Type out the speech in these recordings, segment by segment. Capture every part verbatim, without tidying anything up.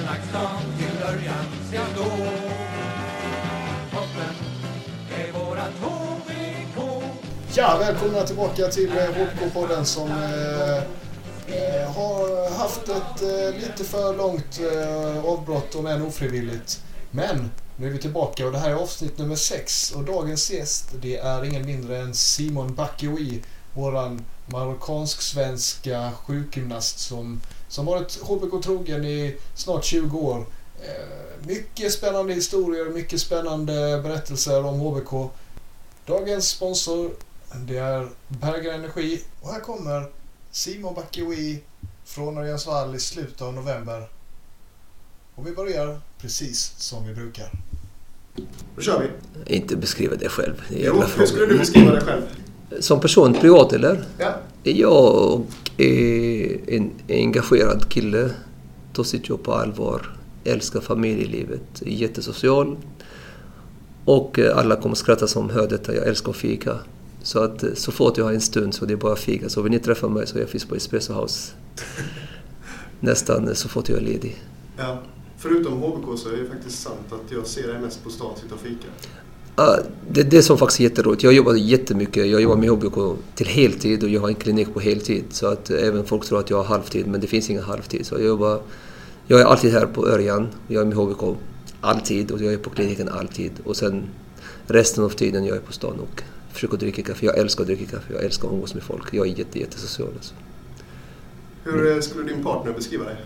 Samlagsdagen till Örjan ska gå. Toppen är vårat H B K. Ja, välkomna tillbaka till H B K-podden som eh, eh, har haft ett eh, lite för långt eh, avbrott, om än ofrivilligt. Men nu är vi tillbaka och det här är avsnitt nummer sex. Och dagens gäst, det är ingen mindre än Simon Bakioui, våran marockansk-svenska sjukgymnast som, som varit H B K-trogen i snart tjugo år. Eh, mycket spännande historier, mycket spännande berättelser om H B K. Dagens sponsor, det är Berger Energi. Och här kommer Simon Bakioui från Örjansvall i slutet av november. Och vi börjar precis som vi brukar. Då kör vi. Inte beskriva det själv. Det jo, hur skulle du beskriva det själv? Som person, privat eller? Ja. Jag är en engagerad kille. Tar sitt jobb på allvar. Älskar familjelivet. Är jättesocial. Och alla kommer skratta som hör detta. Jag älskar att fika. Så att så fort jag har en stund så det är bara fika. Så vill ni träffa mig så jag finns på Espresso House. Nästan så fort jag är ledig. Ja. Förutom H B K så är det faktiskt sant att jag ser dig mest på stan sitta och fika. Ja, det är det som faktiskt är jätteroligt. Jag jobbar jättemycket. Jag jobbar med H B K till heltid och jag har en klinik på heltid. Så att även folk tror att jag har halvtid, men det finns ingen halvtid. Så jag jobbar, jag är alltid här på Örjan. Jag är med H B K alltid och jag är på kliniken alltid. Och sen resten av tiden jag är på stan och försöker dricka kaffe. Jag älskar att dricka kaffe. Jag älskar att umgås med folk. Jag är jätte, jättesocial. Alltså. Hur skulle din partner beskriva dig?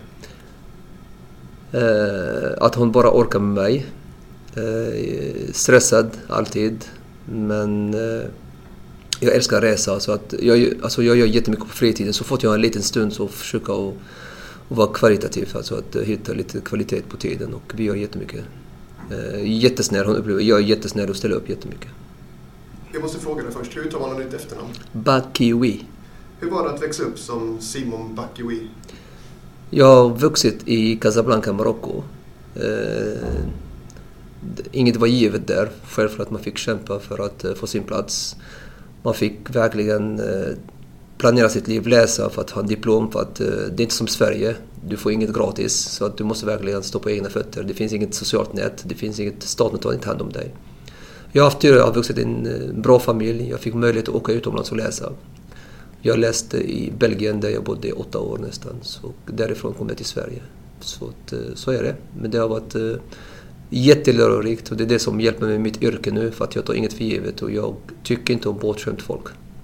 Uh, att hon bara orkar med mig. Uh, stressad alltid. Men uh, jag älskar att resa. Så att jag, alltså jag gör jättemycket på fritiden. Så fort jag har en liten stund så försöker jag att, att vara kvalitativ. Alltså att hitta lite kvalitet på tiden. Och vi gör jättemycket. Uh, jättesnäll. Hon upplever, jag är jättesnäll och ställer upp jättemycket. Jag måste fråga dig först. Hur uttalar man ditt efternamn? Bakioui. Hur var det att växa upp som Simon Bakioui? Jag har vuxit i Casablanca, Marocko. Eh, inget var givet där. Självklart att man fick kämpa för att eh, få sin plats. Man fick verkligen eh, planera sitt liv, läsa för att ha en diplom. För att, eh, det är inte som Sverige. Du får inget gratis. Så att du måste verkligen stå på egna fötter. Det finns inget socialt nät. Det finns inget, staten tar inte hand om dig. Jag har haft tur, jag har vuxit i en eh, bra familj. Jag fick möjlighet att åka utomlands och läsa. Jag läste i Belgien där jag bodde i åtta år nästan. Så därifrån kom jag till Sverige. Så, att, så är det. Men det har varit uh, jättelärorikt och det är det som hjälper mig med mitt yrke nu. För att jag tar inget för givet och jag tycker inte om bortskämt folk.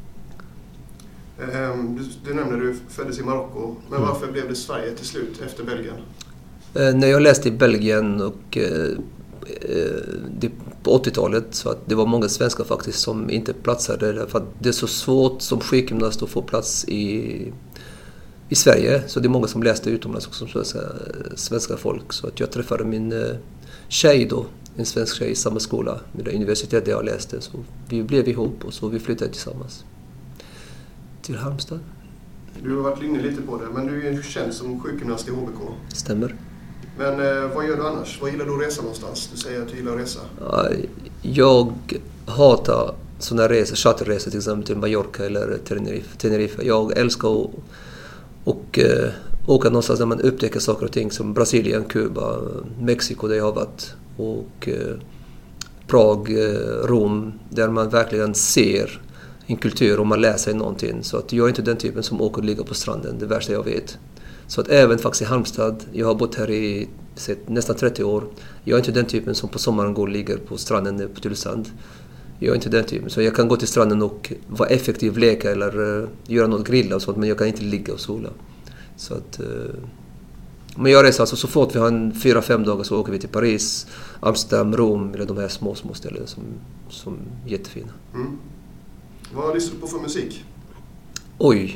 Um, du, du nämnde att du föddes i Marocko. Men mm. varför blev det Sverige till slut efter Belgien? Uh, när jag läste i Belgien och uh, det, på åttiotalet så att det var många svenskar faktiskt som inte platsade där för att det är så svårt som sjukgymnast att få plats i, i Sverige, så det är många som läste utomlands också som svenska, svenska folk. Så att jag träffade min uh, tjej då, en svensk tjej i samma skola med det universitet där jag läste, så vi blev ihop och så vi flyttade tillsammans till Halmstad. Du har varit inne lite på det, men du är ju känd som sjukgymnast i H B K. Stämmer. Men eh, vad gör du annars? Vad gillar du att resa någonstans? Du säger att du gillar att resa. Jag hatar sådana resor, charterresor till exempel till Mallorca eller Tenerife. Tenerife. Jag älskar att och, uh, åka någonstans där man upptäcker saker och ting som Brasilien, Kuba, Mexiko där jag har varit. Och uh, Prag, uh, Rom, där man verkligen ser en kultur och man lär sig någonting. Så att jag är inte den typen som åker och ligger på stranden, det värsta jag vet. Så att även faktiskt i Halmstad, jag har bott här i nästan trettio år. Jag är inte den typen som på sommaren går och ligger på stranden på Tylösand. Jag är inte den typen. Så jag kan gå till stranden och vara effektiv, leka eller uh, göra något grilla och sånt. Men jag kan inte ligga och sola. Så att, uh, men jag reser alltså så fort vi har en fyra, fem dagar så åker vi till Paris, Amsterdam, Rom eller de här små, små ställen som, som är jättefina. Mm. Vad lyssnar du på för musik? Oj.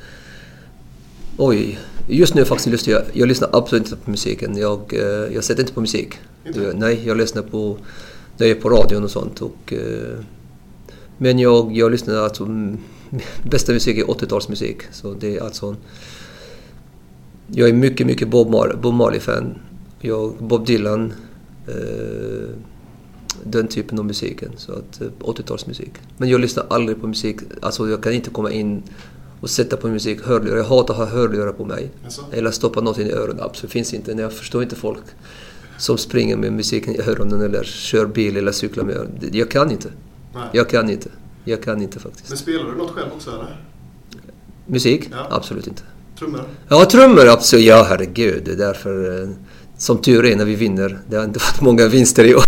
Oj. Just nu faktiskt lyssnar jag, jag lyssnar absolut inte på musiken. Jag, eh, jag sätter inte på musik. Inte? Nej, jag lyssnar på, när jag är på radion och sånt. Och, eh, men jag, jag lyssnar alltså, bästa musik är åttiotalsmusik. Så det är alltså, jag är mycket, mycket Bob, Mar- Bob Marley-fan. Jag, Bob Dylan, eh, den typen av musiken. Så att åttiotalsmusik. Men jag lyssnar aldrig på musik, alltså jag kan inte komma in och sätta på musik, hörlurar. Jag hatar att ha hörlurar på mig. Jaså? Eller stoppa något in i öronen. Absolut finns inte. Jag förstår inte folk som springer med musiken i öronen eller kör bil eller cyklar med öronen. Jag kan inte. Nej. Jag kan inte. Jag kan inte faktiskt. Men spelar du något själv också eller? Musik? Ja. Absolut inte. Trummor? Ja, trummor absolut. Ja, herregud. Det är därför, eh, som tur är när vi vinner. Det har inte varit många vinster i år.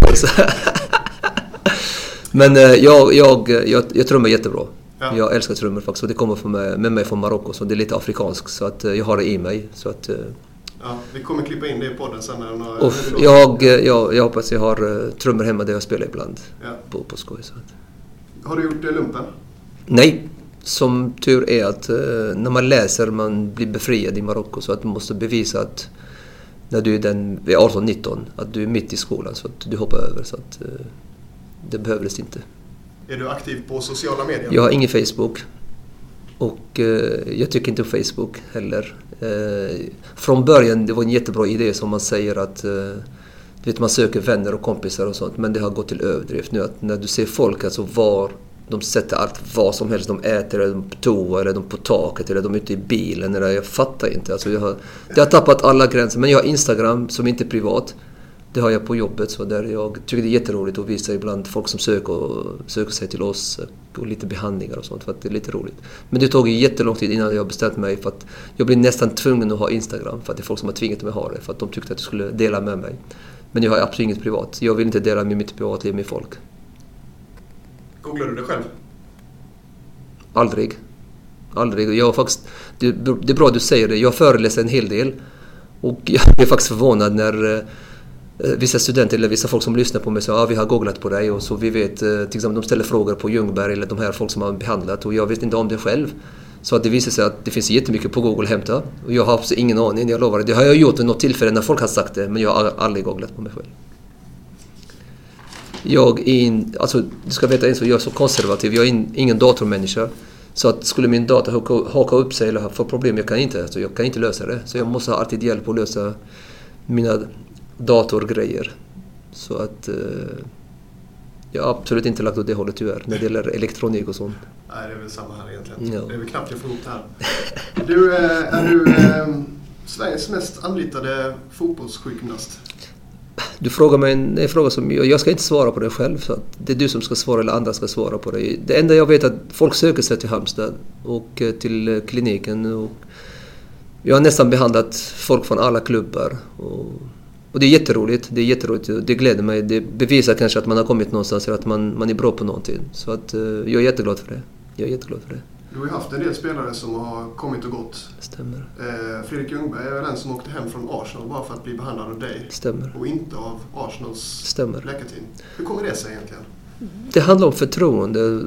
Men eh, jag, jag, jag, jag trummar jättebra. Ja. Jag älskar trummor faktiskt. Och det kommer från mig, med mig från Marocko. Så det är lite afrikanskt. Så att eh, jag har det i mig. Så att... Eh, Ja, vi kommer klippa in det i podden sen. När några, och jag, jag, jag hoppas jag har uh, trummor hemma där jag spelar ibland. Ja. På, på skoj. Så att. Har du gjort det lumpen? Nej. Som tur är att uh, när man läser man blir befriad i Marocko. Så att man måste bevisa att när du är den, vid arton nitton att du är mitt i skolan. Så att du hoppar över. Så att uh, det behövdes inte. Är du aktiv på sociala medier? Jag har ingen Facebook. Och eh, jag tycker inte om Facebook heller. Eh, från början det var en jättebra idé som man säger att eh, vet, man söker vänner och kompisar och sånt. Men det har gått till överdrift nu. Att när du ser folk alltså var de sätter allt vad som helst. De äter eller de på toa eller de på taket eller de är ute i bilen. Eller, jag fattar inte. Alltså, jag har, jag har tappat alla gränser. Men jag har Instagram som inte är privat. Det har jag på jobbet så där jag tycker det är jätteroligt att visa ibland folk som söker, och, söker sig till oss och lite behandlingar och sånt för att det är lite roligt. Men det tog ju jättelång tid innan jag bestämt mig för att jag blev nästan tvungen att ha Instagram för att det är folk som har tvingat mig att ha det för att de tyckte att jag skulle dela med mig. Men jag har absolut inget privat. Jag vill inte dela med mitt privatliv med folk. Googlar du det själv? Aldrig. Aldrig. Jag har faktiskt, det, det är bra att du säger det. Jag föreläser en hel del och jag är faktiskt förvånad när vissa studenter eller vissa folk som lyssnar på mig säger att ah, vi har googlat på dig och så vi vet, till exempel de ställer frågor på Ljungberg eller de här folk som har behandlat och jag vet inte om det själv. Så att det visar sig att det finns jättemycket på Google att hämta och jag har absolut ingen aning, jag lovar det. Det har jag gjort vid något tillfälle när folk har sagt det men jag har aldrig googlat på mig själv. Jag är in, alltså du ska veta en så jag är så konservativ, jag är in, ingen datormänniska. Så att skulle min dator haka, haka upp sig eller få problem, jag kan inte, alltså jag kan inte lösa det. Så jag måste ha alltid hjälp att lösa mina datorgrejer. Så att eh, jag har absolut inte lagt åt det hållet tyvärr när det gäller elektronik och sånt. Nej, det är väl samma här egentligen. Ja. Det är väl knappt jag får ihop det här. Du, är du eh, Sveriges mest anlitade fotbollssjukgymnast? Du frågar mig en, en fråga som jag, jag ska inte svara på det själv. Så att det är du som ska svara eller andra ska svara på det. Det enda jag vet är att folk söker sig till Halmstad och till kliniken. Och jag har nästan behandlat folk från alla klubbar. Och Och det är jätteroligt, det är jätteroligt, det gläder mig. Det bevisar kanske att man har kommit någonstans eller att man, man är bra på någonting. Så att uh, jag är jätteglad för det. Jag är jätteglad för det. Du har ju haft en del spelare som har kommit och gått. Stämmer. Eh, Fredrik Ljungberg är den som åkte hem från Arsenal bara för att bli behandlad av dig. Stämmer. Och inte av Arsenals Stämmer. läkarteam. Hur kommer det sig egentligen? Det handlar om förtroende.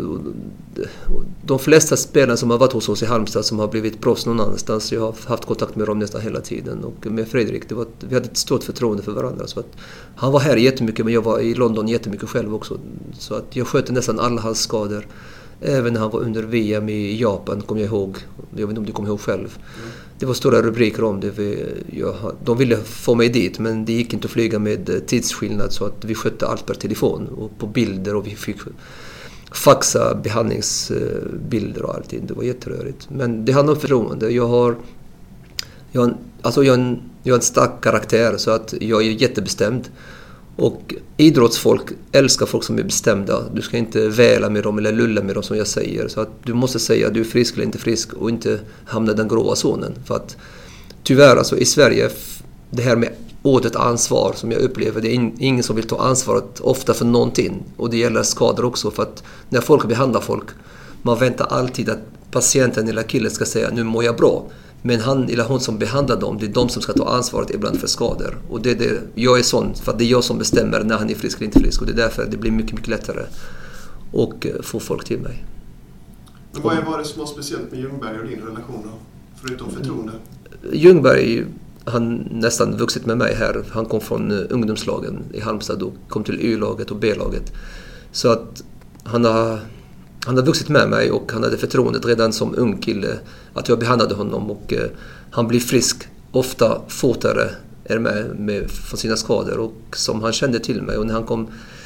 De flesta spelare som har varit hos oss i Halmstad som har blivit proffs någon annanstans, jag har haft kontakt med dem nästan hela tiden. Och med Fredrik, det var, vi hade ett stort förtroende för varandra. Så att han var här jättemycket, men jag var i London jättemycket själv också. Så att jag skötte nästan alla hans skador. Även när han var under V M i Japan, kom jag ihåg. Jag vet inte om du kommer ihåg själv. Mm. Det var stora rubriker om det. Vi, jag, de ville få mig dit, men det gick inte att flyga med tidsskillnad så att vi skötte allt per telefon och på bilder och vi fick faxa behandlingsbilder och allting. Det var jätterörigt. Men det handlar om förtroende. Jag har, jag har, alltså jag har, en, jag har en stark karaktär så att jag är jättebestämd. Och idrottsfolk älskar folk som är bestämda. Du ska inte väla med dem eller lulla med dem som jag säger. Så att du måste säga att du är frisk eller inte frisk och inte hamna i den gråa zonen. För att tyvärr alltså i Sverige, det här med ordet ansvar som jag upplever, det är ingen som vill ta ansvaret ofta för någonting. Och det gäller skador också för att när folk behandlar folk, man väntar alltid att patienten eller killen ska säga nu mår jag bra. Men han eller hon som behandlar dem, det är de som ska ta ansvaret ibland för skador. Och det är det, jag är sån, för att det är jag som bestämmer när han är frisk eller inte frisk. Och det är därför det blir mycket, mycket lättare att få folk till mig. Men vad var det som var speciellt med Ljungberg och din relation då? Förutom förtroende? Ljungberg, han nästan vuxit med mig här. Han kom från ungdomslagen i Halmstad och kom till Y-laget och B-laget. Så att han har... Han har vuxit med mig och han hade förtroendet redan som ung kille att jag behandlade honom och eh, han blir frisk ofta fortare är med, med för sina skador och som han kände till mig och när han kom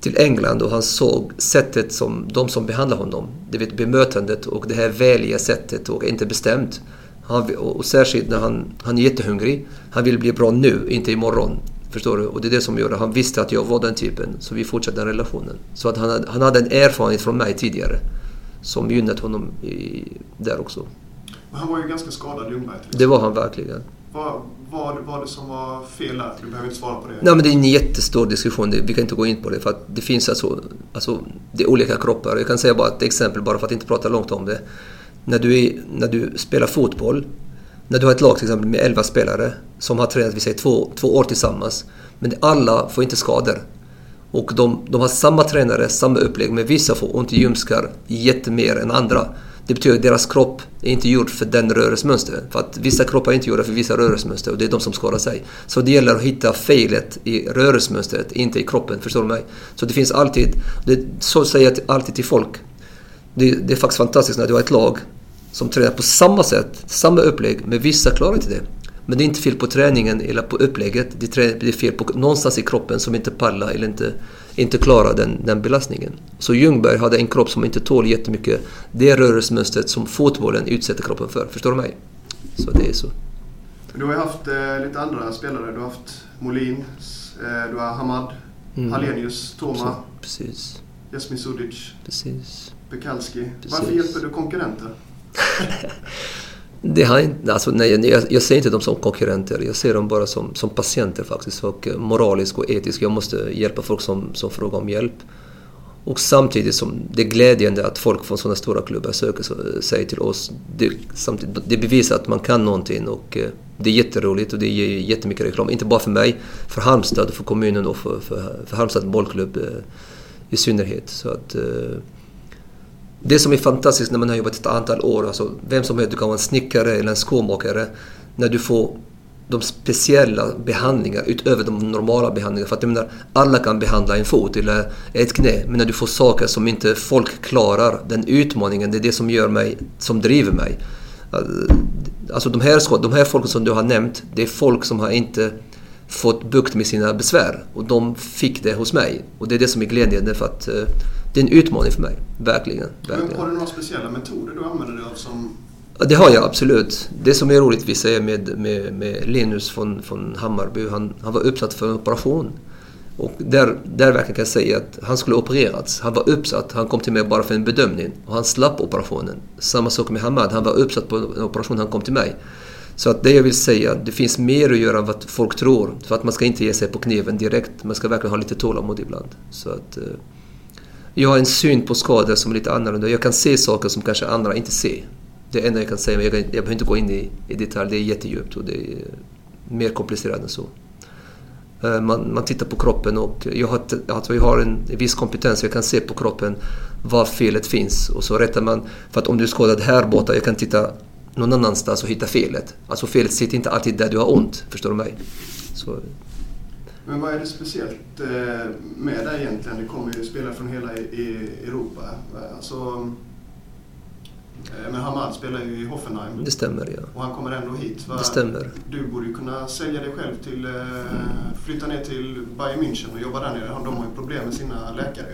till England och han såg sättet som de som behandlar honom. Det vet bemötandet och det här väliga sättet och inte bestämt. Han, och särskilt när han, han är jättehungrig. Han vill bli bra nu, inte imorgon. Förstår du? Och det är det som gör att han visste att jag var den typen. Så vi fortsatte den relationen. Så att han, hade, han hade en erfarenhet från mig tidigare som gynnat honom i, där också. Men han var ju ganska skadad, Ljungberg. Det var han verkligen. Vad var, var det som var fel där? Du behöver inte svara på det. Nej, men det är en jättestor diskussion. Det, vi kan inte gå in på det. För att det finns alltså, alltså det är olika kroppar. Jag kan säga bara ett exempel, bara för att inte prata långt om det. När du, är, när du spelar fotboll, när du har ett lag till exempel med elva spelare som har tränat vi säger, två, två år tillsammans, men alla får inte skador. Och de, de har samma tränare, samma upplägg, men vissa får ont i ljumskar jättemer än andra. Det betyder att deras kropp är inte gjord för den rörelsemönstret. För att vissa kroppar är inte gjorda för vissa rörelsemönster och det är de som skadar sig. Så det gäller att hitta felet i rörelsemönstret, inte i kroppen, förstår du mig? Så det finns alltid, det, så säger jag alltid till folk. Det, det är faktiskt fantastiskt när du har ett lag som tränar på samma sätt, samma upplägg, men vissa klarar inte det. Men det är inte fel på träningen eller på upplägget. Det är fel på någonstans i kroppen som inte pallar eller inte, inte klarar den, den belastningen. Så Ljungberg hade en kropp som inte tål jättemycket det rörelsemönstret som fotbollen utsätter kroppen för. Förstår du mig? Så det är så. Du har ju haft eh, lite andra spelare. Du har haft Molin, eh, du har Hamad, mm. Hallenius, Toma. Så, precis. Jasmin Sudic. Precis. Pekalski. Varför hjälper du konkurrenter? Det har inte, alltså, nej, jag, jag ser inte dem som konkurrenter. Jag ser dem bara som, som patienter faktiskt. Och moralisk och etisk. Jag måste hjälpa folk som, som frågar om hjälp. Och samtidigt som det är glädjande att folk från sådana stora klubbar söker sig till oss. Det, samtidigt, det bevisar att man kan någonting. Och det är jätteroligt och det ger jättemycket reklam. Inte bara för mig, för Halmstad, för kommunen och för, för, för Halmstad bollklubb i synnerhet. Så att... Det som är fantastiskt när man har jobbat ett antal år, alltså vem som helst, du kan vara en snickare eller en skomakare, när du får de speciella behandlingar utöver de normala behandlingarna. För att jag menar, alla kan behandla en fot eller ett knä, men när du får saker som inte folk klarar, den utmaningen, det är det som gör mig, som driver mig. Alltså de här, de här folk som du har nämnt, det är folk som har inte fått bukt med sina besvär och de fick det hos mig. Och det är det som är glädjande för att det är en utmaning för mig, verkligen. verkligen. Men har du några speciella metoder du använder dig av som... Ja, det har jag absolut. Det som är roligt vi säger med, med, med Linus från, från Hammarby, han, han var uppsatt för en operation. Och där, där verkligen kan jag säga att han skulle opererats. Han var uppsatt, han kom till mig bara för en bedömning och han slapp operationen. Samma sak med Hamad, han var uppsatt på en operation, han kom till mig. Så att det jag vill säga, det finns mer att göra än vad folk tror. För att man ska inte ge sig på kniven direkt, man ska verkligen ha lite tålamod ibland. Så att... Jag har en syn på skador som är lite annorlunda. Jag kan se saker som kanske andra inte ser. Det enda jag kan säga, men jag, kan, jag behöver inte gå in i, i detalj. Det är jättedjupt och det är mer komplicerat än så. Man, man tittar på kroppen och jag har, alltså jag har en viss kompetens. Jag kan se på kroppen var felet finns. Och så rättar man, för att om du är skadad här borta, jag kan titta någon annanstans och hitta felet. Alltså felet sitter inte alltid där du har ont, förstår du mig? Så... Men vad är det speciellt med det egentligen? Det kommer ju spelare från hela Europa. Alltså, men Hamad spelar ju i Hoffenheim. Det stämmer, ja. Och han kommer ändå hit. Va? Det stämmer. Du borde ju kunna sälja dig själv till, flytta ner till Bayern München och jobba där nere. De har ju problem med sina läkare.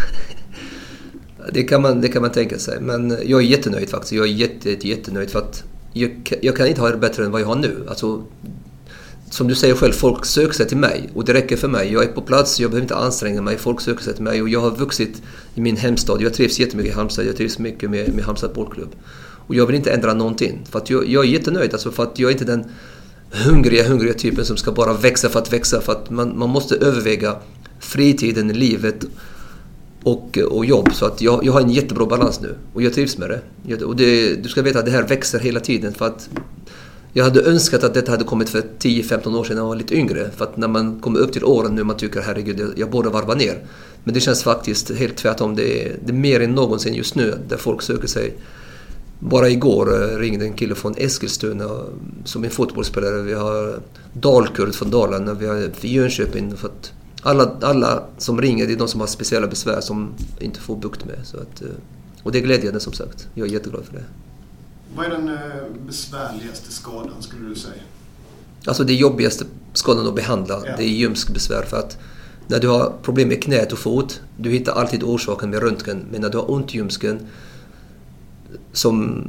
Det kan man, det kan man tänka sig. Men jag är jättenöjd faktiskt. Jag är jätte, jätte, jättenöjd för att jag, jag kan inte ha det bättre än vad jag har nu. Alltså... Som du säger själv, folk söker sig till mig och det räcker för mig. Jag är på plats, jag behöver inte anstränga mig. Folk söker sig till mig och jag har vuxit i min hemstad. Jag trivs jättemycket i Halmstad, jag trivs mycket med, med Halmstad bollklubb. Och jag vill inte ändra någonting. För att jag, jag är jättenöjd, alltså för att jag är inte den hungriga, hungriga typen som ska bara växa för att växa. För att man, man måste överväga fritiden, livet och, och jobb. Så att jag, jag har en jättebra balans nu och jag trivs med det. Och det, du ska veta att det här växer hela tiden för att jag hade önskat att detta hade kommit för tio femton år sedan när jag var lite yngre. För att när man kommer upp till åren nu man tycker herregud, jag borde varva ner. Men det känns faktiskt helt tvärtom. Det är, det är mer än någonsin just nu där folk söker sig. Bara igår ringde en kille från Eskilstuna som är fotbollsspelare. Vi har Dalkurd från Dalarna, vi har Jönköping. För att alla, alla som ringer, det är de som har speciella besvär som inte får bukt med. Så att, och det är glädjande som sagt. Jag är jätteglad för det. Vad är den besvärligaste skadan skulle du säga? Alltså det jobbigaste skadan att behandla, ja. Det är ljumskbesvär för att När du har problem med knät och fot, du hittar alltid orsaken med röntgen. Men när du har ont i ljumsken, som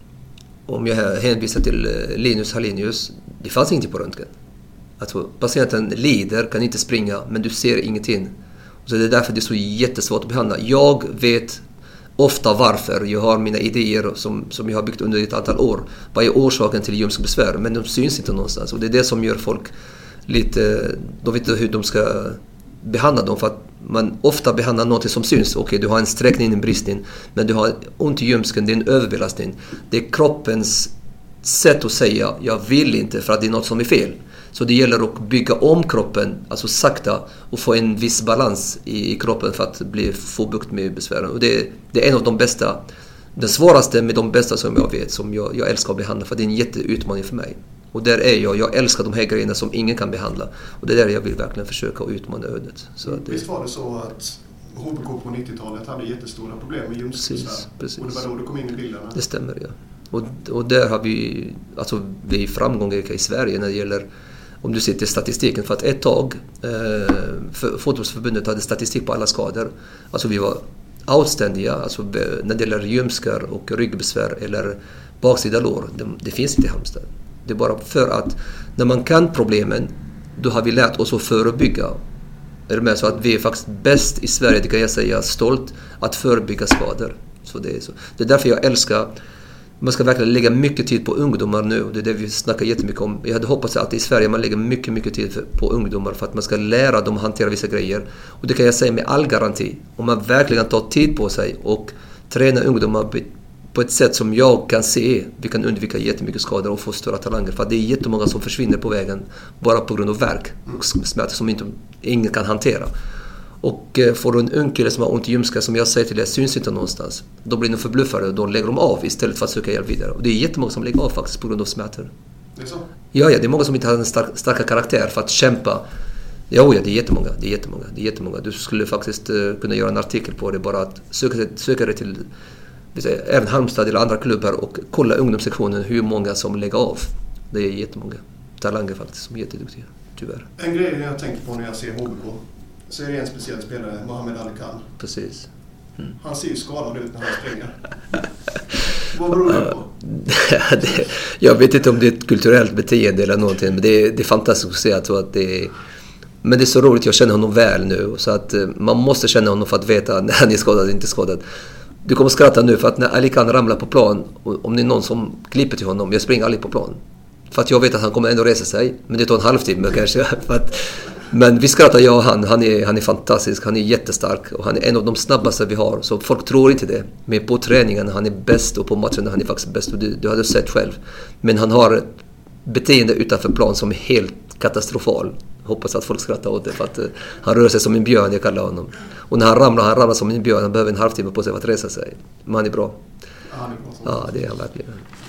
om jag hänvisar till Linus Hallenius, det fanns ingenting på röntgen. Alltså, patienten lider, kan inte springa, men du ser ingenting. Så det är därför det är så jättesvårt att behandla. Jag vet ofta varför. Jag har mina idéer som, som jag har byggt under ett antal år. Vad är orsaken till ljumskbesvär? Men de syns inte någonstans. Och det är det som gör folk lite... De vet inte hur de ska behandla dem. För att man ofta behandlar något som syns. Okej, du har en sträckning, en bristning. Men du har ont i ljumsken, det är en överbelastning. Det är kroppens sätt att säga jag vill inte för att det är något som är fel. Så det gäller att bygga om kroppen, alltså sakta, och få en viss balans i, i kroppen för att bli, få bukt med besvären. Och det, det är en av de bästa, den svåraste med de bästa som jag vet, som jag, jag älskar att behandla, för det är en jätteutmaning för mig. Och där är jag, jag älskar de här grejerna som ingen kan behandla. Och det är där jag vill verkligen försöka utmana ödet. Så att det, visst var det så att H B K på nittiotalet hade jättestora problem med ljumskbesvär? Precis, precis. Och det var då du kom in i bilderna? Det stämmer, ja. Och, och där har vi, alltså vi är framgångsrika i Sverige när det gäller, om du ser till statistiken, för att ett tag eh, för, Fotbollsförbundet hade statistik på alla skador. Alltså vi var outständiga, alltså när det gäller ljumskar och ryggbesvär eller baksida lår. Det, det finns inte i Halmstad. Det är bara för att när man kan problemen, då har vi lärt oss att förebygga. Är det med? Så att vi är faktiskt bäst i Sverige, det kan jag säga stolt, att förebygga skador. Så det är så. Det är därför jag älskar, man ska verkligen lägga mycket tid på ungdomar nu. Det är det vi snackar jättemycket om. Jag hade hoppats att i Sverige man lägger mycket, mycket tid på ungdomar för att man ska lära dem att hantera vissa grejer. Och det kan jag säga med all garanti. Om man verkligen tar tid på sig och tränar ungdomar på ett sätt som jag kan se, vi kan undvika jättemycket skador och få stora talanger. För det är jättemånga som försvinner på vägen bara på grund av värk och smärtor som inte, ingen kan hantera. Och får du en ung kille som har ont i ljumskar, som jag säger till dig, syns inte någonstans, då blir de förbluffade och då lägger de av istället för att söka hjälp vidare. Och det är jättemånga som lägger av faktiskt på grund av smärtor. Det är så? Ja, ja, det är många som inte har en stark, starka karaktär för att kämpa. Ja, ja, det är jättemånga, det är jättemånga, det är jättemånga. Du skulle faktiskt uh, kunna göra en artikel på det, bara att söka, söka dig till säga, även Halmstad eller andra klubbar och kolla ungdomssektionen hur många som lägger av. Det är jättemånga talanger faktiskt som är jätteduktiga, tyvärr. En grej jag tänker på när jag ser H B K, så är det en speciell spelare, Mohamed Ali Khan. Precis. Mm. Han ser ju skadad ut när han springer. Vad beror det på? det, jag vet inte om det är ett kulturellt beteende eller någonting, men det är, det är fantastiskt att se att, att det är, men det är så roligt, jag känner honom väl nu, så att man måste känna honom för att veta när han är skadad eller inte skadad. Du kommer skratta nu för att när Ali Khan ramlar på plan, om det är någon som klipper till honom, jag springer aldrig på plan. För att jag vet att han kommer ändå resa sig, men det tar en halvtimme kanske. För att, men vi skrattar, jag och han, han är, han är fantastisk, han är jättestark och han är en av de snabbaste vi har. Så folk tror inte det, men på träningen han är bäst och på matchen han är faktiskt bäst, och du, du hade sett själv. Men han har ett beteende utanför plan som är helt katastrofal. Hoppas att folk skrattar åt det, för att uh, han rör sig som en björn, jag kallar honom. Och när han ramlar, han ramlar som en björn, han behöver en halvtimme på sig för att resa sig. Men han är bra. Ja, han är bra. Ja, det är han verkligen.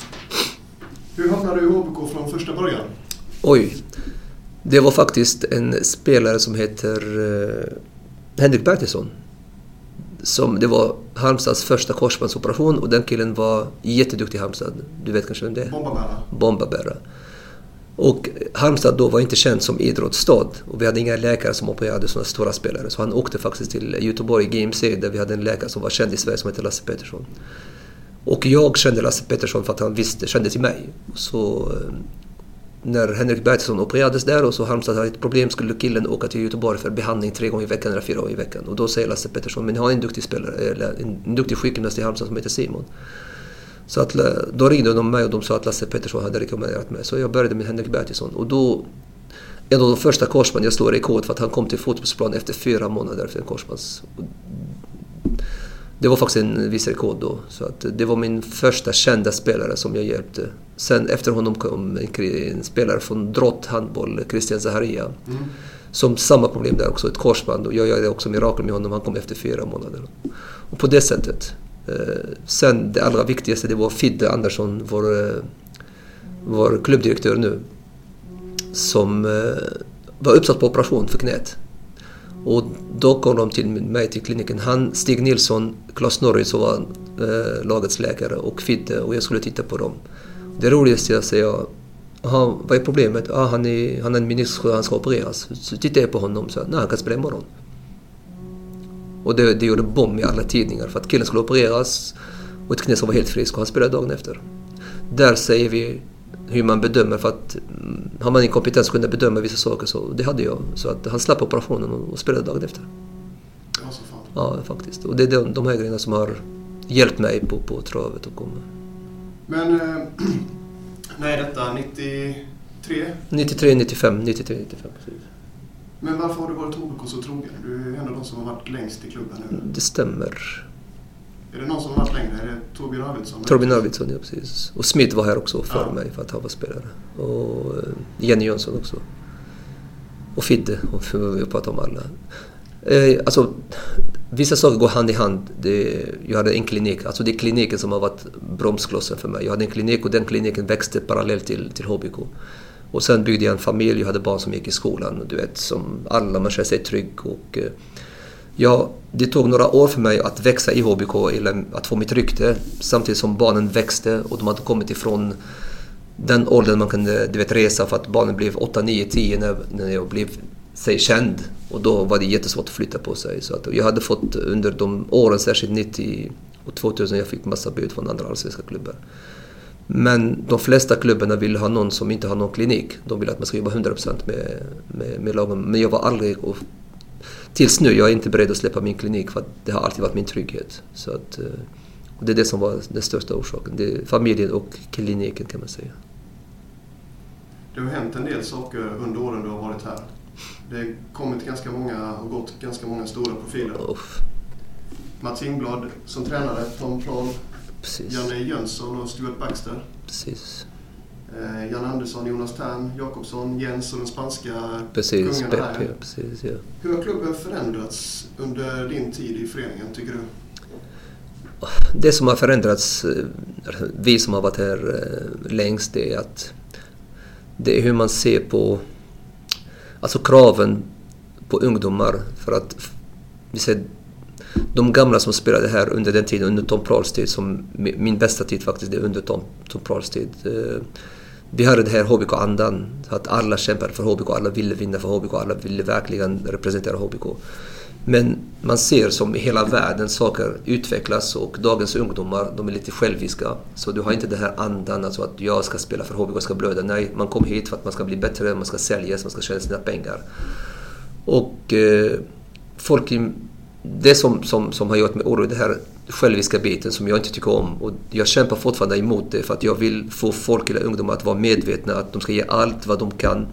Hur hamnade du i H B K från första början? Oj, det var faktiskt en spelare som heter uh, Henrik Bertilsson. Som, det var Halmstads första korsbandsoperation, och den killen var jätteduktig i Halmstad. Du vet kanske vem det är? Bombabära. Bombabära. Och Halmstad då var inte känd som idrottsstad, och vi hade inga läkare som opererade sådana stora spelare. Så han åkte faktiskt till Göteborg, G M C, där vi hade en läkare som var känd i Sverige som heter Lasse Pettersson. Och jag kände Lasse Pettersson för att han visste, kände till mig. Så när Henrik Bertilsson opererades där och så Halmstad hade ett problem, skulle killen åka till Göteborg för behandling tre gånger i veckan eller fyra gånger i veckan. Och då säger Lasse Pettersson, men ni har en duktig spelare, eller en duktig sjukgymnast i Halmstad som heter Simon. Så att, då ringde de mig och de sa att Lasse Pettersson hade rekommenderat mig. Så jag började med Henrik Bertilsson. Och då, en av de första korsband, jag slår rekord för att han kom till fotbollsplan efter fyra månader för en korsbands. Det var faktiskt en viss rekord då. Så att det var min första kända spelare som jag hjälpte. Sen efter honom kom en, en spelare från Drott handboll, Christian Zaharia. Mm. Som samma problem där också, ett korsband. Och jag gör det också mirakel med honom, han kom efter fyra månader. Och på det sättet. Sen det allra viktigaste, det var Fidde Andersson, vår, vår klubbdirektör nu, som var uppsatt på operation för knät. Och då kom de till mig till kliniken. Han, Stig Nilsson, Claes Norris var eh, lagets läkare, och Fidde, och jag skulle titta på dem. Det roligaste jag säger, Aha, vad är problemet? Ah, han, är, han är en meniskskada, han ska opereras. Så tittar jag på honom och sa, nej, han kan spela imorgon. Och det, det gjorde bomb i alla tidningar för att killen skulle opereras och ett knä som var helt frisk och han spelade dagen efter. Där säger vi hur man bedömer, för att har man inkompetens kunde bedöma vissa saker, så det hade jag. Så att han slapp operationen och, och spelade dagen efter. Ja, så fan. Ja, faktiskt. Och det är de, de här grejerna som har hjälpt mig på, på travet. Och komma. Men, eh, nej, detta nittiotre? nittiotre, nittiofem, nittiotre, nittiofem, precis. Men varför har du varit H B K så trogen? Du är en av de som har varit längst i klubben nu. Det stämmer. Är det någon som har varit längre? Är det Torbjörn Arvidsson? Torbjörn Arvidsson, ja, precis. Och Smith var här också för ja. mig för att han var spelare. Och Jenny Jönsson också. Och Fidde, och vi har pratat om alla. Eh, alltså, vissa saker går hand i hand. Det, jag hade en klinik, alltså det är kliniken som har varit bromsklossen för mig. Jag hade en klinik och den kliniken växte parallellt till, till H B K. Och sen byggde jag en familj, jag hade barn som gick i skolan. Och du vet, som alla, man känner sig trygg. Och, eh, ja, det tog några år för mig att växa i H B K, eller att få mitt rykte. Samtidigt som barnen växte och de hade kommit ifrån den åldern man kunde, du vet, resa, för att barnen blev åtta, nio, tio när, när jag blev sig känd. Och då var det jättesvårt att flytta på sig. Så att jag hade fått under de åren, särskilt nittio och tvåtusen, jag fick massa bud från andra allsvenska klubbar. Men de flesta klubbarna ville ha någon som inte har någon klinik. De ville att man ska jobba hundra procent med, med, med lagen. Men jag var aldrig, och tills nu, jag är inte beredd att släppa min klinik, för att det har alltid varit min trygghet. Så att, och det är det som var den största orsaken. Det är familjen och kliniken, kan man säga. Det har hänt en del saker under åren du har varit här. Det har kommit ganska många och gått ganska många stora profiler. Uff. Mats Ingblad som tränare, Tom Prahl, Precis. Janne Jönsson och Stuart Baxter. Precis. Eh, Jan Andersson, Jonas Tern, Jakobsson, Jens och den spanska Precis. kungarna här. Pepe, precis, ja. Hur har klubben förändrats under din tid i föreningen, tycker du? Det som har förändrats, vi som har varit här längst, det är att det är hur man ser på, alltså kraven på ungdomar. För att vi ser de gamla som spelade här under den tiden, under Tom Prahls tid, som min bästa tid faktiskt, det är under Tom, Tom Prahls tid. Vi hade det här H B K-andan, att alla kämpade för H B K, alla ville vinna för H B K, alla ville verkligen representera H B K. Men man ser som i hela världen saker utvecklas, och dagens ungdomar, de är lite själviska. Så du har inte den här andan, alltså att jag ska spela för H B K, jag ska blöda. Nej, man kommer hit för att man ska bli bättre, man ska säljas, man ska tjäna sina pengar. Och eh, folk, det som, som, som har gjort mig orolig, det här själviska biten som jag inte tycker om. Och jag kämpar fortfarande emot det, för att jag vill få folk eller ungdomar att vara medvetna, att de ska ge allt vad de kan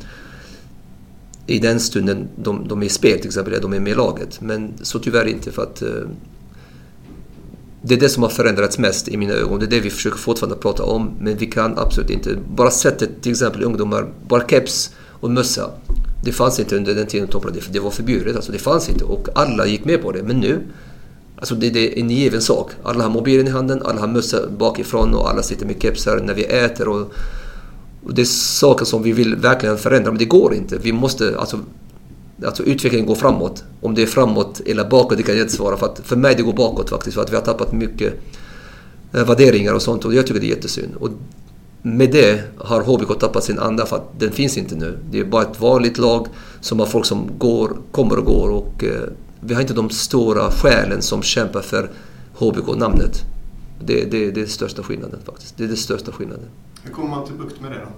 i den stunden de, de är i spel, till exempel, de är med i laget. Men så tyvärr inte, för att eh, det är det som har förändrats mest i mina ögon. Det är det vi försöker fortfarande prata om, men vi kan absolut inte. Bara sättet, till exempel ungdomar, bara keps och mössa. Det fanns inte under den tiden, det var förbjudet, alltså det fanns inte, och alla gick med på det. Men nu, alltså det, det är en given sak. Alla har mobilen i handen, alla har mössa bakifrån och alla sitter med kepsar när vi äter, och Och det är saker som vi vill verkligen förändra, men det går inte. Vi måste, alltså, alltså utvecklingen går framåt. Om det är framåt eller bakåt, det kan jag inte svara. För, att, för mig det går bakåt faktiskt, för att vi har tappat mycket eh, värderingar och sånt. Och jag tycker det är jättesynd. Och med det har H B K tappat sin anda, för att den finns inte nu. Det är bara ett vanligt lag som har folk som går, kommer och går. Och eh, vi har inte de stora själen som kämpar för H B K-namnet. Det, det, det är den största skillnaden faktiskt. Det är den största skillnaden. Hur kommer man till bukt med det då?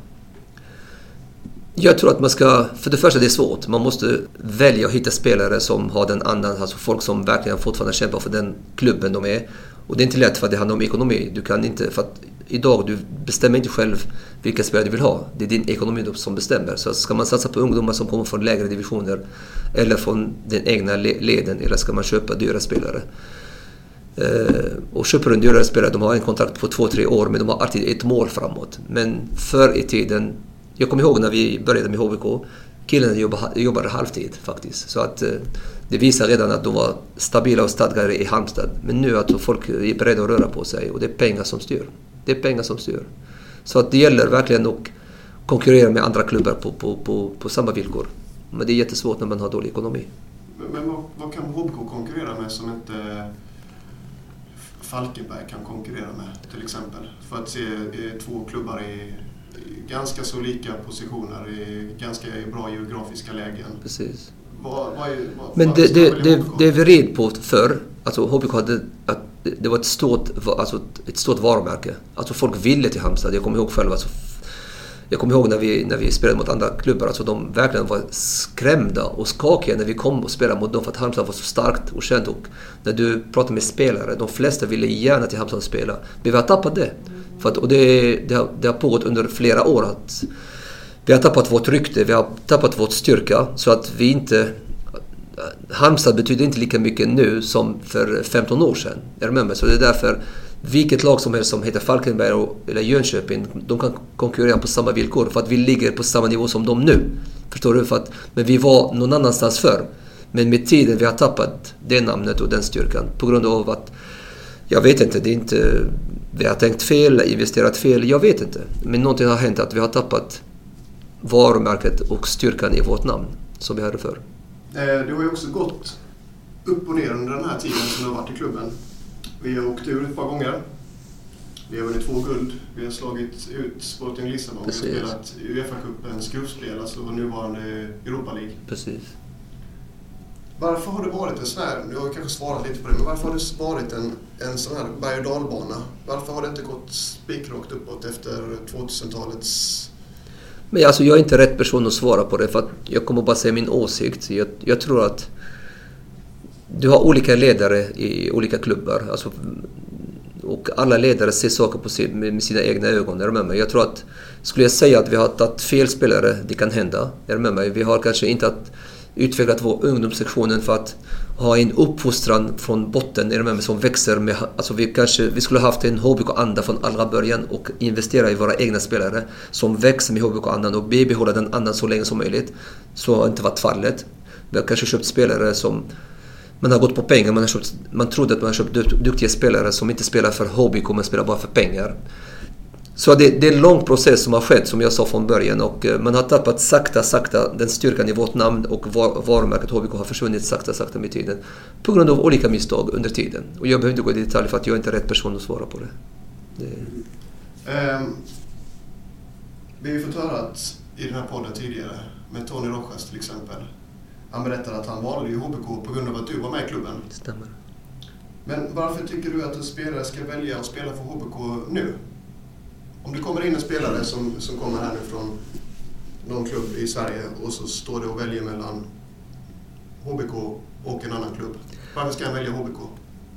Jag tror att man ska, för det första det är svårt. Man måste välja och hitta spelare som har den andan, alltså folk som verkligen fortfarande kämpar för den klubben de är. Och det är inte lätt, för att det handlar om ekonomi. Du kan inte, för att idag du bestämmer inte själv vilka spelare du vill ha. Det är din ekonomi som bestämmer. Så ska man satsa på ungdomar som kommer från lägre divisioner eller från den egna leden, eller ska man köpa dyra spelare? Uh, och köper en dyrare spelare, de har en kontrakt på två, tre år, men de har alltid ett mål framåt. Men förr i tiden, jag kommer ihåg när vi började med H B K, killarna jobbade, jobbade halvtid faktiskt. Så att uh, det visar redan att de var stabila och stadgade i Halmstad. Men nu att folk är beredda att röra på sig, och det är pengar som styr. Det är pengar som styr. Så att det gäller verkligen att konkurrera med andra klubbar på, på, på, på samma villkor. Men det är jättesvårt när man har dålig ekonomi. Men, men vad, vad kan H B K konkurrera med som inte Falkenberg kan konkurrera med, till exempel? För att se två klubbar i ganska så lika positioner i ganska bra geografiska lägen. Precis. Vad, vad är, vad, Men vad det, det, det, det vi red på förr, alltså H B K hade, att det var ett stort, alltså ett stort varumärke. Alltså folk ville till Halmstad. Jag kommer ihåg själv, alltså, jag kommer ihåg när vi, när vi spelade mot andra klubbar, alltså de verkligen var skrämda och skakiga när vi kom och spelade mot dem för att Halmstad var så starkt och känt. Och när du pratar med spelare, de flesta ville gärna till Halmstad spela. Men vi har tappat det. För att, och det, det, har, det har pågått under flera år att vi har tappat vårt rykte, vi har tappat vårt styrka, så att vi inte... Halmstad betyder inte lika mycket nu som för femton år sedan. Är du med mig? Så det är därför vilket lag som helst som heter Falkenberg och, eller Jönköping, de kan konkurrera på samma villkor för att vi ligger på samma nivå som de nu. Förstår du? För att, men vi var någon annanstans förr. Men med tiden vi har tappat det namnet och den styrkan på grund av att, jag vet inte, det är inte, vi har tänkt fel, investerat fel, jag vet inte. Men någonting har hänt att vi har tappat varumärket och styrkan i vårt namn som vi hade förr. Det har ju också gått upp och ner under den här tiden som det har varit i klubben. Vi har åkt ur ett par gånger. Vi har vunnit två guld. Vi har slagit ut Sporting Lissabon. Precis. Vi har spelat UEFA-cupens gruppspel, alltså nuvarande Europa League. Precis. Varför har det varit en sån här, jag har kanske svarat lite på det, men varför har det varit en, en sån här berg- och dalbana? Varför har det inte gått spikrakt uppåt efter tvåtusentalets... Men alltså, jag är inte rätt person att svara på det, för att jag kommer bara säga min åsikt. Jag, jag tror att du har olika ledare i olika klubbar. Alltså, och alla ledare ser saker på sin, med sina egna ögon. Är du med mig? Jag tror att, skulle jag säga att vi har tagit fel spelare, det kan hända. Är du med mig? Vi har kanske inte att utvecklat vår ungdomssektionen för att ha en uppfostran från botten, är du med mig, som växer med, alltså vi kanske vi skulle ha haft en H B K-anda från allra början och investera i våra egna spelare som växer med H B K-andan och bibehålla den andan så länge som möjligt. Så har inte varit fallet. Vi har kanske köpt spelare som man har gått på pengar, man, har köpt, man trodde att man har köpt duktiga spelare som inte spelar för H B K men spelar bara för pengar. Så det, det är en lång process som har skett, som jag sa från början, och man har tappat sakta, sakta den styrkan i vårt namn, och var, varumärket H B K har försvunnit sakta, sakta med tiden på grund av olika misstag under tiden. Och jag behöver inte gå i detalj för att jag är inte rätt person att svara på det. det... Um, vi har ju fått höra att i den här podden tidigare med Tony Rojas till exempel, han berättade att han valde ju H B K på grund av att du var med i klubben. Stämmer. Men varför tycker du att en spelare ska välja att spela för H B K nu? Om det kommer in en spelare som, som kommer här nu från någon klubb i Sverige och så står det och väljer mellan H B K och en annan klubb. Varför ska han välja H B K?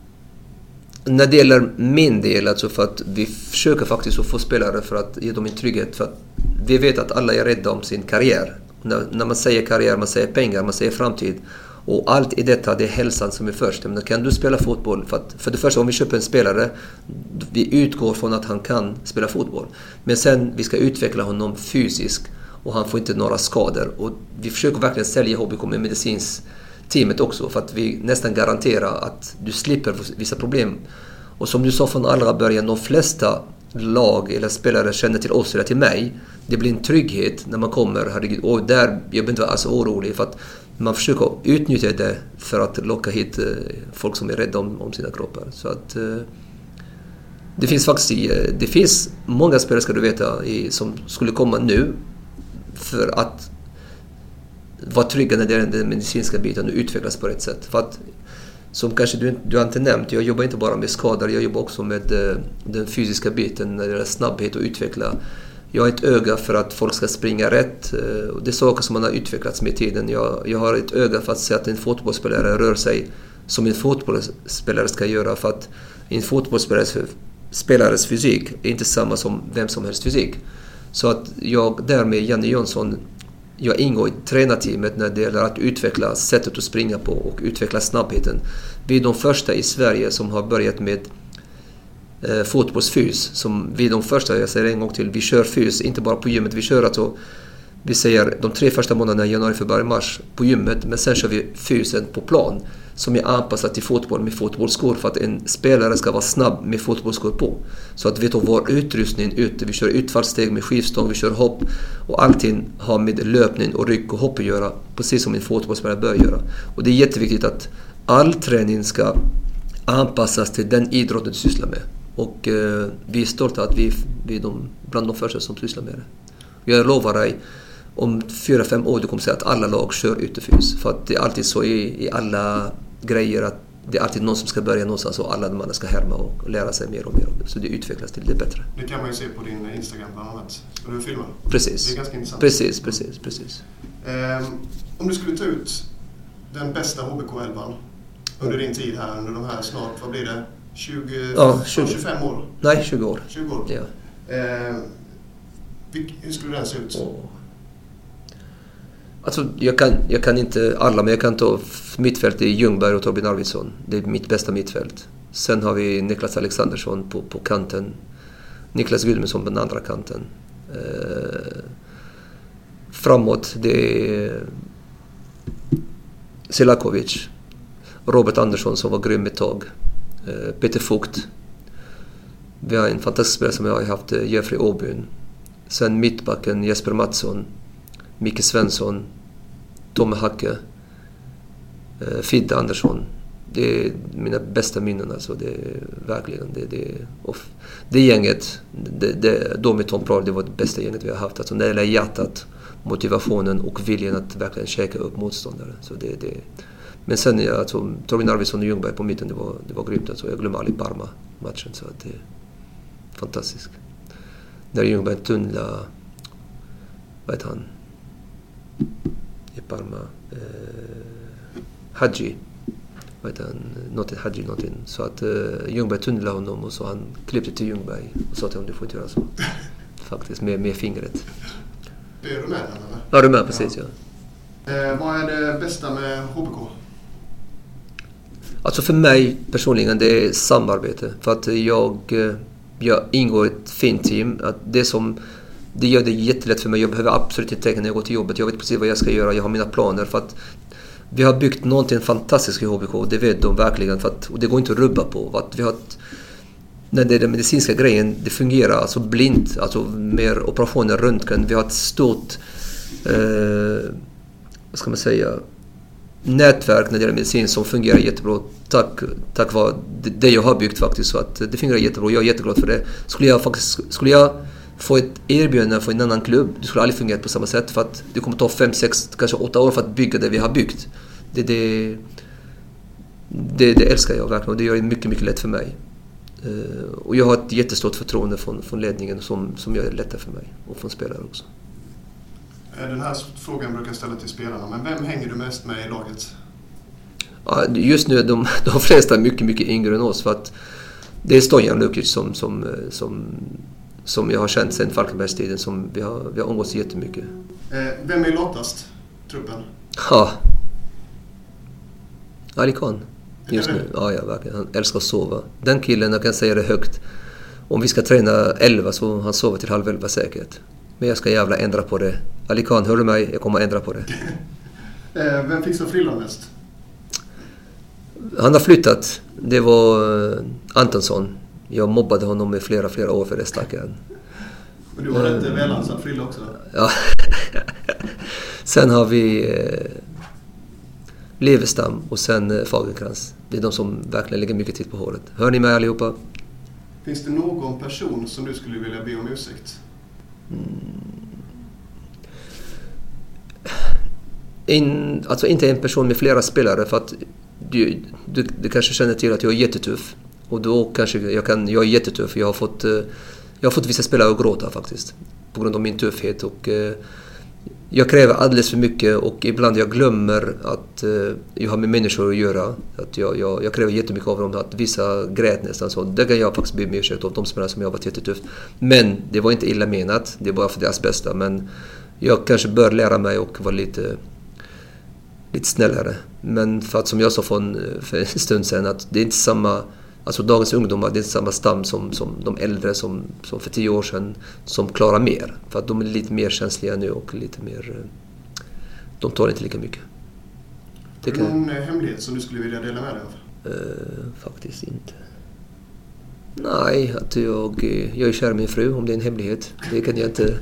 När det gäller min del, alltså för att vi försöker faktiskt att få spelare för att ge dem en trygghet. För att vi vet att alla är rädda om sin karriär. När, när man säger karriär, man säger pengar, man säger framtid. Och allt i detta, det är hälsan som är först. Men kan du spela fotboll? För, att, för det första, om vi köper en spelare, vi utgår från att han kan spela fotboll. Men sen, vi ska utveckla honom fysiskt och han får inte några skador. Och vi försöker verkligen sälja H B K med medicinskt teamet också, för att vi nästan garanterar att du slipper vissa problem. Och som du sa från allra början, de flesta lag eller spelare känner till oss eller till mig. Det blir en trygghet när man kommer, herregud, och där, jag behöver inte vara alltså orolig, för att man försöker utnyttja det för att locka hit eh, folk som är rädda om, om sina kroppar. Så att eh, det finns faktiskt eh, det finns många spelare, ska du veta, i, som skulle komma nu för att vara trygga när det är den medicinska biten och utvecklas på rätt sätt. För att, som kanske du, du har inte nämnt, jag jobbar inte bara med skador, jag jobbar också med eh, den fysiska biten när det gäller snabbhet och utveckla. Jag har ett öga för att folk ska springa rätt. Det är saker som man har utvecklats med tiden. Jag, jag har ett öga för att se att en fotbollsspelare rör sig som en fotbollsspelare ska göra. För att en fotbollsspelares spelares fysik är inte samma som vem som helst fysik. Så att jag där med Janne Jönsson, jag ingår i tränarteamet när det gäller att utveckla sättet att springa på och utveckla snabbheten. Vi är de första i Sverige som har börjat med Eh, fotbollsfys, som vi är de första, jag säger en gång till, vi kör fys, inte bara på gymmet, vi kör alltså, vi säger de tre första månaderna i januari, februari, mars på gymmet, men sen kör vi fysen på plan som är anpassat till fotboll med fotbollsskor för att en spelare ska vara snabb med fotbollsskor på. Så att vi tar vår utrustning ute, vi kör utfallssteg med skivstång, vi kör hopp och allting har med löpning och ryck och hopp att göra, precis som en fotbollsspelare bör göra. Och det är jätteviktigt att all träning ska anpassas till den idrotten du sysslar med. Och eh, vi är stolta att vi, vi är de, bland de första som sysslar med det. Jag lovar dig, om fyra, fem år du kommer säga att alla lag kör utomhus. För att det är alltid så i, i alla grejer att det är alltid någon som ska börja någonstans och alla de andra ska härma och lära sig mer och mer om det. Så det utvecklas till det bättre. Det kan man ju se på din Instagram bland annat. Och du filmar. Precis. Det är ganska intressant. Precis, precis, precis. Um, om du skulle ta ut den bästa H B K-elvan under din tid här, under de här snart, vad blir det? tjugo, Ja, tjugo. tjugofem år? Nej, tjugo år. tjugo år. Ja. Um, hur skulle den se ut? Och, alltså, jag kan, jag kan inte alla, men jag kan ta mittfält i Ljungberg och Torbjörn Arvidsson. Det är mitt bästa mittfält. Sen har vi Niklas Alexandersson på, på kanten. Niklas Gudmundsson på den andra kanten. Eh, framåt, det är Selakovic. Robert Andersson som var grym ett tag. Eh, Peter Fugt. Vi har en fantastisk spelare som jag har haft, Jeffrey Åbyn. Sen mittbacken Jesper Mattsson. Micke Svensson, Tomme Hacke, eh, Fidde Andersson. Det är mina bästa minnen. Alltså. Det är verkligen det, det, off. det gänget, det, det, de med Tom Prahl, det var det bästa gänget vi har haft. Alltså, när det gäller hjärtat, motivationen och viljan att verkligen käka upp motståndare. Så det, det. Men sen, ja, alltså, Torbjörn Arvidsson och Ljungberg på mitten, det var, det var grymt. Alltså. Jag glömmer aldrig Parma-matchen. Så att det är fantastiskt. När Ljungberg tunnlade, vad heter han? I Parma. Eh, Hadji. Vad heter han? Något Hadji någonting. Så att eh, Ljungberg tunnlade honom och så han klippte till Ljungberg och sa till honom, du får inte göra så. Faktiskt, med, med fingret. Det är du med den, eller? Ja, du är med, precis, ja. ja. Eh, vad är det bästa med H B K? Alltså för mig personligen, det är samarbete. För att jag, jag ingår i ett fint team. Att det som... Det gör det jättelätt för mig. Jag behöver absolut inte tänka när jag går till jobbet. Jag vet precis vad jag ska göra. Jag har mina planer. För att vi har byggt någonting fantastiskt i H B K. Det vet de verkligen. För att, och det går inte att rubba på. För att vi har ett, när det är den medicinska grejen, det fungerar alltså blint. Alltså med operationer, röntgen. Vi har ett stort... Eh, vad ska man säga... nätverk när det gäller medicin som fungerar jättebra. Tack, tack vare det jag har byggt faktiskt. Så att det fungerar jättebra. Jag är jätteglad för det. Skulle jag faktiskt... Skulle jag få ett erbjudande för en annan klubb, det skulle aldrig fungera på samma sätt, för att det kommer ta fem, sex, kanske åtta år för att bygga det vi har byggt. Det, det, det, det älskar jag verkligen och det gör det mycket, mycket lätt för mig. Uh, och jag har ett jättestort förtroende från, från ledningen som, som gör det lättare för mig och från spelare också. Den här frågan brukar jag ställa till spelarna, men vem hänger du mest med i laget? Ja, just nu är de, de flesta mycket, mycket yngre än oss, för att det är Stojan Lukic som, som, som som jag har känt sedan Falkenbergstiden, som vi har, vi har umgåtts jättemycket. Eh, vem är latast, truppen? Ja. Ali Khan. Just nu. Ja, ja, verkligen. Han älskar att sova. Den killen, jag kan säga det högt. Om vi ska träna elva så han sover till halv elva säkert. Men jag ska jävla ändra på det. Ali Khan, hör du mig? Jag kommer att ändra på det. eh, vem fixar frillan mest? Han har flyttat. Det var Antonsson. Jag mobbade honom i flera, flera år för det stackaren. Men du har rätt uh, välansad frilla också? Ja. Sen har vi eh, Levestam och sen eh, Fagerkrans. Det är de som verkligen lägger mycket tid på håret. Hör ni mig allihopa? Finns det någon person som du skulle vilja be om ursäkt? Mm. In, alltså inte en person med flera spelare, för att du, du, du kanske känner till att jag är jättetuff. Och då kanske jag kan, jag är jättetuff. Jag har fått, jag har fått vissa spelare att gråta faktiskt. På grund av min tuffhet. Och jag kräver alldeles för mycket och ibland jag glömmer att jag har med människor att göra. Att jag, jag, jag kräver jättemycket av dem. Att vissa grät nästan så. Det kan jag faktiskt be mig ursäkt av de spelare som jag har varit jättetuff. Men det var inte illa menat. Det är bara för deras bästa. Men jag kanske bör lära mig och vara lite... lite snällare. Men för att som jag sa för en, för en stund sedan, att det är inte samma, alltså dagens ungdomar, det är inte samma stam som, som de äldre som, som för tio år sedan, som klarar mer. För att de är lite mer känsliga nu och lite mer, de tar inte lika mycket. Har du någon hemlighet som du skulle vilja dela med dig av? Uh, faktiskt inte. Nej, att jag, jag är kär i min fru, om det är en hemlighet. Det kan jag inte...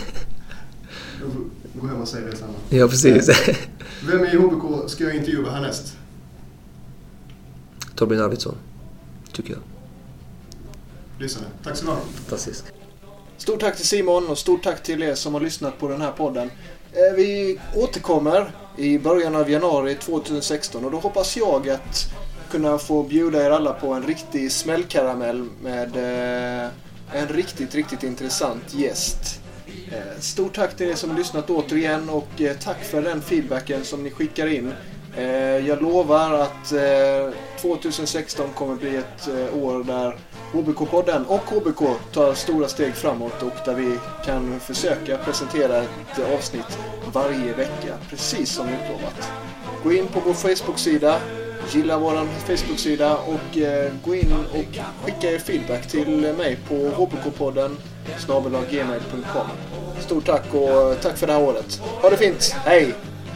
Gå hem och säga det samma. Ja, precis. Vem i H B K ska jag intervjua härnäst? Torbjörn Arvidsson, tycker jag. lyssnade. Tack så mycket. Fantastiskt. Stort tack till Simon och stort tack till er som har lyssnat på den här podden. Eh, vi återkommer i början av januari tjugohundrasexton och då hoppas jag att kunna få bjuda er alla på en riktig smällkaramell med eh, en riktigt, riktigt intressant gäst. Eh, stort tack till er som har lyssnat återigen och eh, tack för den feedbacken som ni skickar in. Eh, jag lovar att eh, tjugohundrasexton kommer bli ett eh, år där H B K-podden och H B K tar stora steg framåt och där vi kan försöka presentera ett avsnitt varje vecka, precis som utlovat. Gå in på vår Facebook-sida, gilla vår Facebook-sida och eh, gå in och skicka er feedback till mig på h b k podden snabel-a gmail punkt com. Stort tack och tack för det här året. Ha det fint, hej!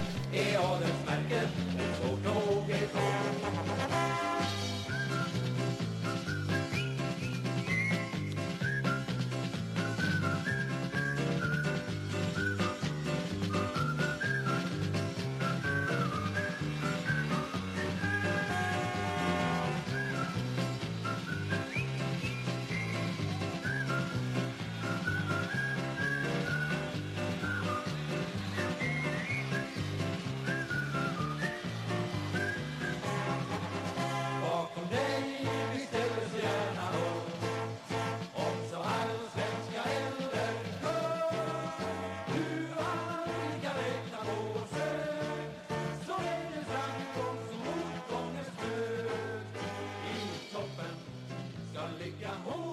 Bakom dig vi ställer oss gärna upp. Om så allsvenska eller kör. Du aldrig kan räkna på oss sök. Så är det framgång som motgångens stöd. I toppen ska ligga mål.